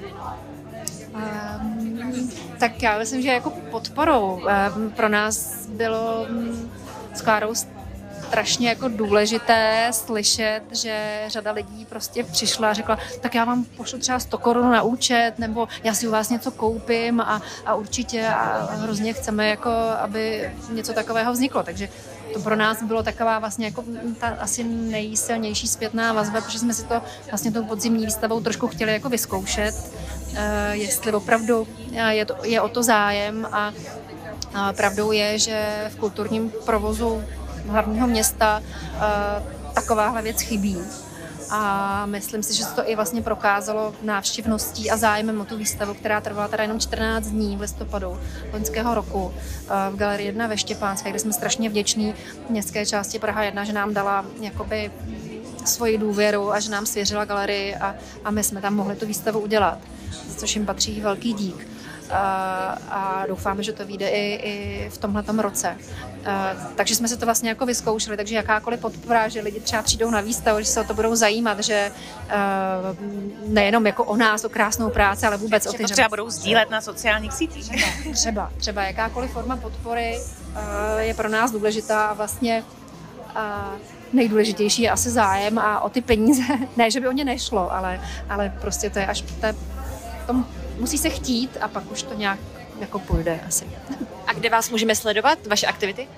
Um, tak já myslím, že jako podporou um, pro nás bylo um, s Klárou strašně jako důležité slyšet, že řada lidí prostě přišla a řekla, tak já vám pošlu třeba sto korun na účet, nebo já si u vás něco koupím a, a určitě a hrozně chceme, jako, aby něco takového vzniklo. Takže to pro nás bylo taková vlastně jako ta asi nejsilnější zpětná vazba, protože jsme si to vlastně tou podzimní výstavou trošku chtěli jako vyzkoušet, jestli opravdu je, to, je o to zájem a, a pravdou je, že v kulturním provozu hlavního města uh, takováhle věc chybí. A myslím si, že se to i vlastně prokázalo návštěvností a zájmem o tu výstavu, která trvala teda jenom čtrnáct dní v listopadu loňského roku uh, v Galerii jedna ve Štěpánské, kde jsme strašně vděční městské části Praha jedna, že nám dala jakoby svoji důvěru a že nám svěřila galerii a, a my jsme tam mohli tu výstavu udělat, za což jim patří velký dík. A, a doufáme, že to vyjde i, i v tomhletom roce. A, takže jsme se to vlastně jako vyzkoušeli, takže jakákoliv podpora, že lidi třeba přijdou na výstavu, že se o to budou zajímat, že uh, nejenom jako o nás, o krásnou práci, ale vůbec že o ty to třeba budou sdílet na sociálních sítích. Třeba, třeba, třeba jakákoliv forma podpory uh, je pro nás důležitá a vlastně uh, nejdůležitější je asi zájem a o ty peníze, ne, že by o ně nešlo, ale, ale prostě to je až to je v tom musí se chtít a pak už to nějak jako půjde asi. A kde vás můžeme sledovat, vaše aktivity?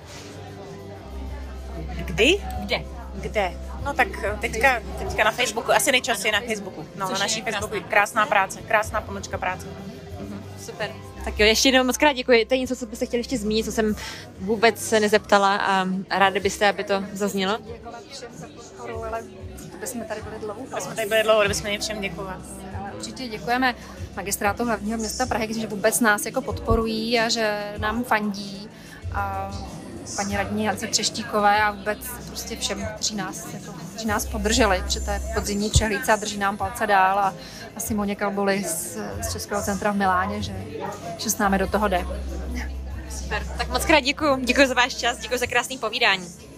Kdy? Kde? Kde? No tak teďka, teďka na Facebooku, asi nejčastěji na Facebooku. No, Což na naší krásná. Facebooku. Krásná práce, krásná pomlčka práce. Mhm, super. Tak jo, ještě jednou moc krát děkuji. To je něco, co byste chtěli ještě zmínit, co jsem vůbec se nezeptala a rádi byste, aby to zaznělo? Děkovat všem za podporu, ale bychom tady byli dlouho. Bychom tady byli dlouho, kdybychom měli všem děkovat. Určitě děkujeme magistrátu hlavního města Prahy, že vůbec nás jako podporují a že nám fandí. A paní radní Hance Třeštíkové a vůbec prostě všem, kteří nás, jako, kteří nás podrželi při té podzimní přehlídce a drží nám palce dál a, a Simoně Kalboli z, z Českého centra v Miláně, že, že s námi do toho jde. Super. Tak moc krát děkuji. Děkuji za váš čas, děkuji za krásný povídání.